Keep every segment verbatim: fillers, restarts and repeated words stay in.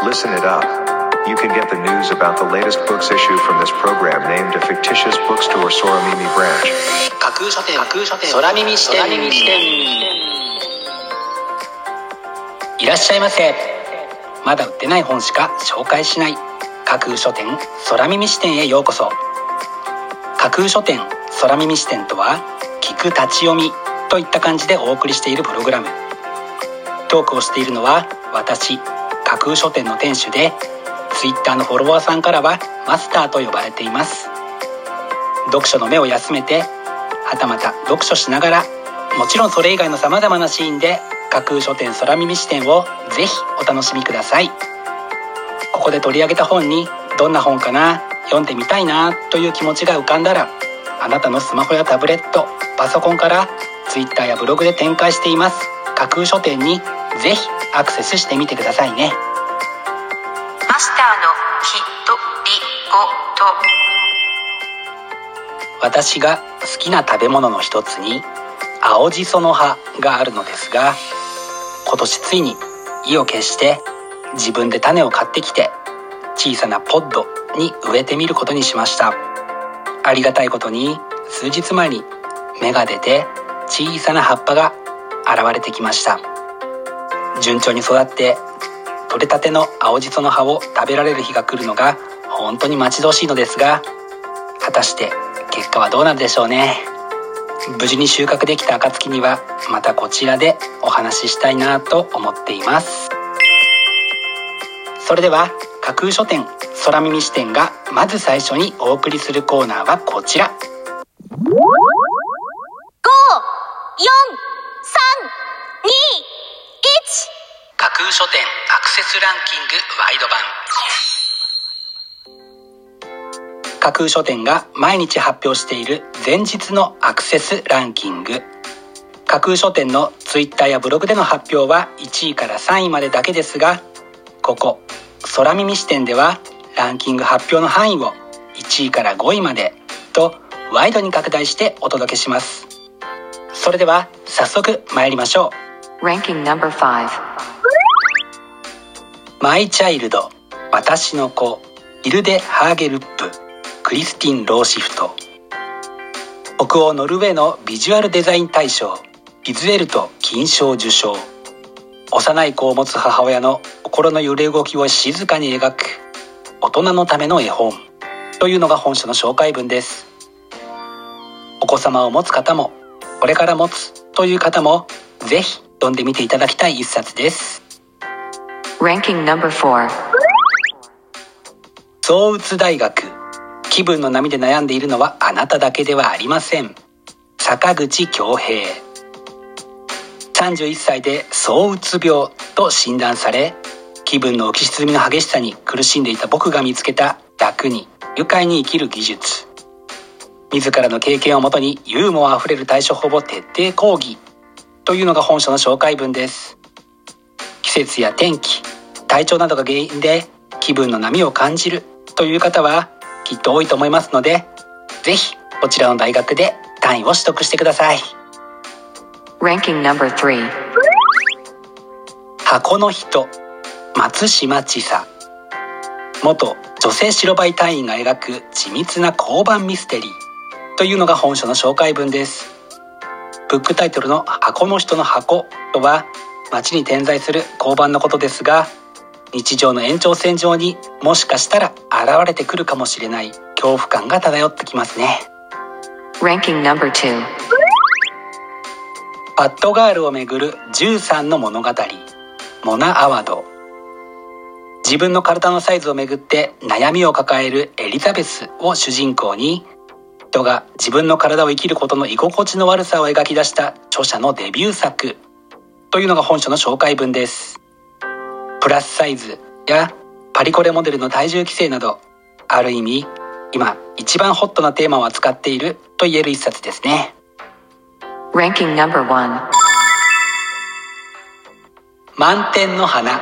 Listen it up. You can get the news about the latest books issue from this program named A Fictitious Bookstore Soramimi Branch. 架空書店空耳視点。いらっしゃいませ。まだ売ってない本しか紹介しない架空書店空耳視点へようこそ。架空書店空耳視点とは、聞く立ち読みといった感じでお送りしているプログラム。トークをしているのは私、架空書店の店主で、ツイッターのフォロワーさんからはマスターと呼ばれています。読書の目を休めて、はたまた読書しながら、もちろんそれ以外のさまざまなシーンで架空書店空耳視点をぜひお楽しみください。ここで取り上げた本に、どんな本かな、読んでみたいなという気持ちが浮かんだら、あなたのスマホやタブレット、パソコンからツイッターやブログで展開しています架空書店にぜひアクセスしてみてくださいね。 マスターのひとりごと。 私が好きな食べ物の一つに青じその葉があるのですが、今年ついに意を決して自分で種を買ってきて、小さなポッドに植えてみることにしました。ありがたいことに数日前に芽が出て、小さな葉っぱが現れてきました。順調に育って取れたての青じその葉を食べられる日が来るのが本当に待ち遠しいのですが、果たして結果はどうなるでしょうね。無事に収穫できた暁には、またこちらでお話ししたいなと思っています。それでは架空書店空耳視点がまず最初にお送りするコーナーはこちら。 ご、よん、さん、に、いち。 架空書店アクセスランキングワイド版。架空書店が毎日発表している前日のアクセスランキング。架空書店のツイッターやブログでの発表はいちいからさんいまでだけですが、ここ空耳視点ではランキング発表の範囲をいちいからごいまでとワイドに拡大してお届けします。それでは早速参りましょう。 Ranking number five。 マイチャイルド、私の子、ヒルデ・ハーゲルップ、クリスティン・ローシフト。北欧ノルウェーのビジュアルデザイン大賞ビズエルト金賞受賞。幼い子を持つ母親の心の揺れ動きを静かに描く大人のための絵本というのが本書の紹介文です。お子様を持つ方も、これから持つという方もぜひ読んでみていただきたい一冊です。 Ranking number four。 躁うつ大学、気分の波で悩んでいるのはあなただけではありません。坂口恭平。さんじゅういっさいで躁うつ病と診断され、気分の浮き沈みの激しさに苦しんでいた僕が見つけた楽に愉快に生きる技術。自らの経験をもとにユーモアあふれる対処法を徹底講義というのが本書の紹介文です。季節や天気、体調などが原因で気分の波を感じるという方はきっと多いと思いますので、ぜひこちらの大学で単位を取得してください。 Ranking number three。 箱の人、松島千佐。元女性白バイ隊員が描く緻密な交番ミステリーというのが本書の紹介文です。ブックタイトルの箱の人の箱とは、街に点在する交番のことですが、日常の延長線上にもしかしたら現れてくるかもしれない恐怖感が漂ってきますね。 Ranking number two。 パッドガールをめぐるじゅうさんの物語、モナ・アワド。自分の体のサイズをめぐって悩みを抱えるエリザベスを主人公に、人が自分の体を生きることの居心地の悪さを描き出した著者のデビュー作というのが本書の紹介文です。プラスサイズやパリコレモデルの体重規制など、ある意味今一番ホットなテーマを扱っていると言える一冊ですね。 Ranking number one。 満天の花。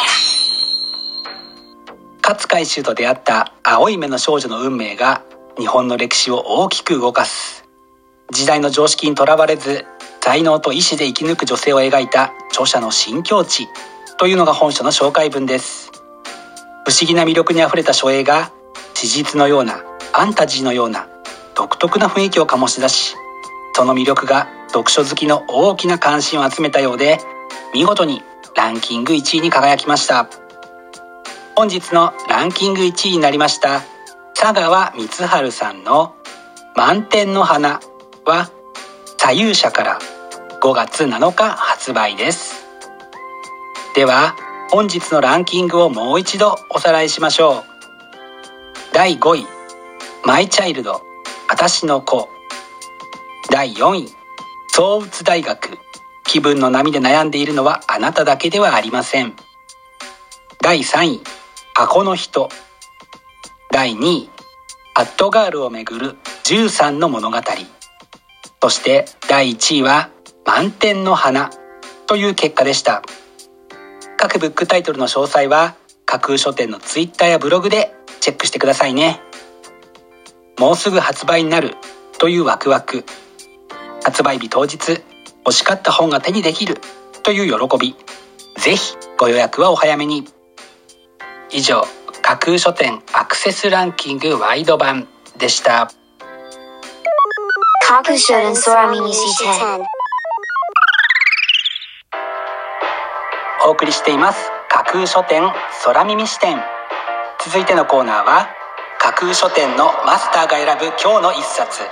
勝海舟と出会った青い目の少女の運命が日本の歴史を大きく動かす。時代の常識にとらわれず、才能と意志で生き抜く女性を描いた著者の新境地というのが本書の紹介文です。 不思議な魅力にあふれた書影が史実のようなファンタジーのような独特な雰囲気を醸し出し、その魅力が読書好きの大きな関心を集めたようで、見事にランキングいちいに輝きました。本日のランキングいちいになりました佐川光晴さんの満天の花は左右者からごがつなのか発売です。では本日のランキングをもう一度おさらいしましょう。だいごい、マイチャイルド、あたしの子。だいよんい、創宇大学、気分の波で悩んでいるのはあなただけではありません。だいさんい、箱の人。だいにい、アットガールをめぐるじゅうさんの物語。そしてだいいちいは満天の花という結果でした。各ブックタイトルの詳細は架空書店のツイッターやブログでチェックしてくださいね。もうすぐ発売になるというワクワク、発売日当日欲しかった本が手にできるという喜び、ぜひご予約はお早めに。以上、架空書店アクセスランキングワイド版でした。 架空書店空耳視点。 お送りしています架空書店空耳視点。続いてのコーナーは架空書店のマスターが選ぶ今日の一冊。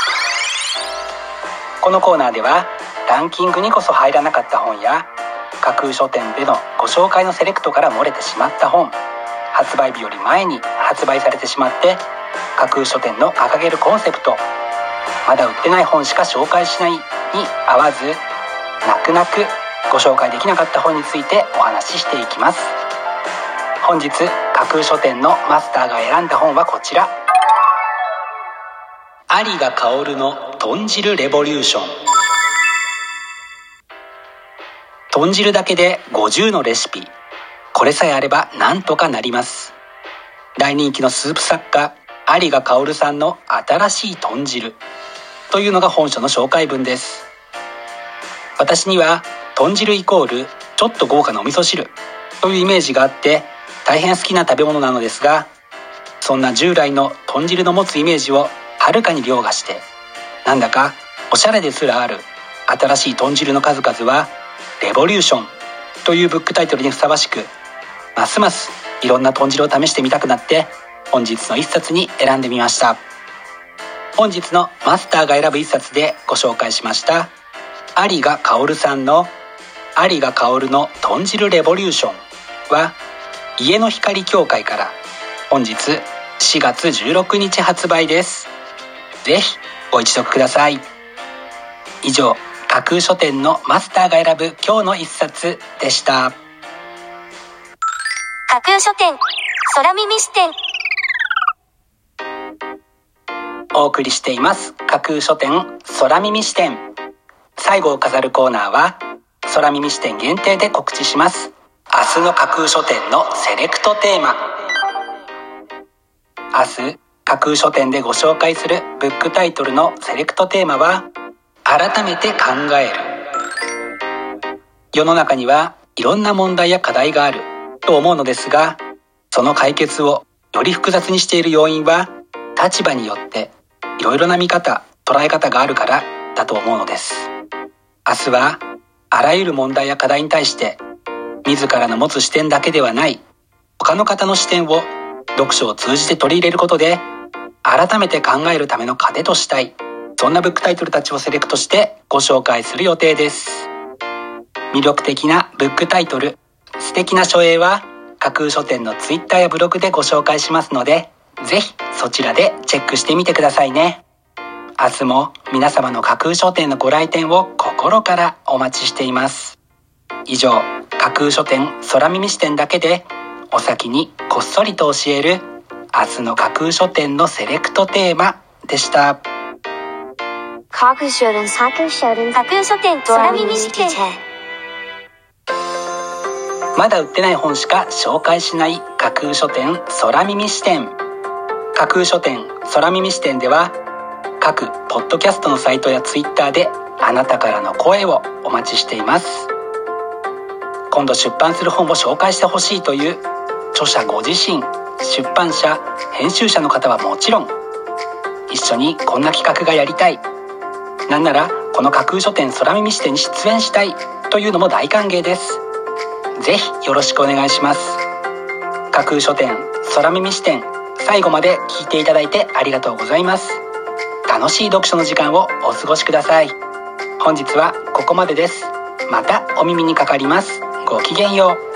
このコーナーではランキングにこそ入らなかった本や架空書店でのご紹介のセレクトから漏れてしまった本、発売日より前に発売されてしまって架空書店の掲げるコンセプト、まだ売ってない本しか紹介しないに合わず、泣く泣くご紹介できなかった本についてお話ししていきます。本日架空書店のマスターが選んだ本はこちら、有賀薫の豚汁レボリューション。豚汁だけでごじゅうのレシピ、これさえあればなんとかなります。大人気のスープ作家有賀薫さんの新しい豚汁というのが本書の紹介文です。私には豚汁イコールちょっと豪華なお味噌汁というイメージがあって大変好きな食べ物なのですが、そんな従来の豚汁の持つイメージをはるかに凌駕して、なんだかおしゃれですらある新しい豚汁の数々はレボリューションというブックタイトルにふさわしく、ますますいろんな豚汁を試してみたくなって本日の一冊に選んでみました。本日のマスターが選ぶ一冊でご紹介しました有賀薫さんの有賀薫の豚汁レボリューションは家の光協会から本日しがつじゅうろくにち発売です。ぜひご一読ください。以上、架空書店のマスターが選ぶ今日の一冊でした。 架空書店空耳視点。 お送りしています架空書店空耳視点。最後を飾るコーナーは空耳視点限定で告知します。明日の架空書店のセレクトテーマ。明日架空書店でご紹介するブックタイトルのセレクトテーマは、改めて考える。世の中にはいろんな問題や課題があると思うのですが、その解決をより複雑にしている要因は立場によっていろいろな見方、捉え方があるからだと思うのです。明日はあらゆる問題や課題に対して自らの持つ視点だけではない他の方の視点を読書を通じて取り入れることで改めて考えるための糧としたい、そんなブックタイトルたちをセレクトしてご紹介する予定です。魅力的なブックタイトル、素敵な書影は架空書店のツイッターやブログでご紹介しますので、ぜひそちらでチェックしてみてくださいね。明日も皆様の架空書店のご来店を心からお待ちしています。以上、架空書店空耳視点だけでお先にこっそりと教える明日の架空書店のセレクトテーマでした。 架空書店架空書店架空書店空耳視点。 まだ売ってない本しか紹介しない架空書店空耳視点。架空書店空耳視点では各ポッドキャストのサイトやツイッターであなたからの声をお待ちしています。今度出版する本を紹介してほしいという著者ご自身、出版社、編集者の方はもちろん、一緒にこんな企画がやりたい、なんならこの架空書店空耳視点に出演したいというのも大歓迎です。ぜひよろしくお願いします。架空書店空耳視点、最後まで聞いていただいてありがとうございます。楽しい読書の時間をお過ごしください。本日はここまでです。またお耳にかかります。ごきげんよう。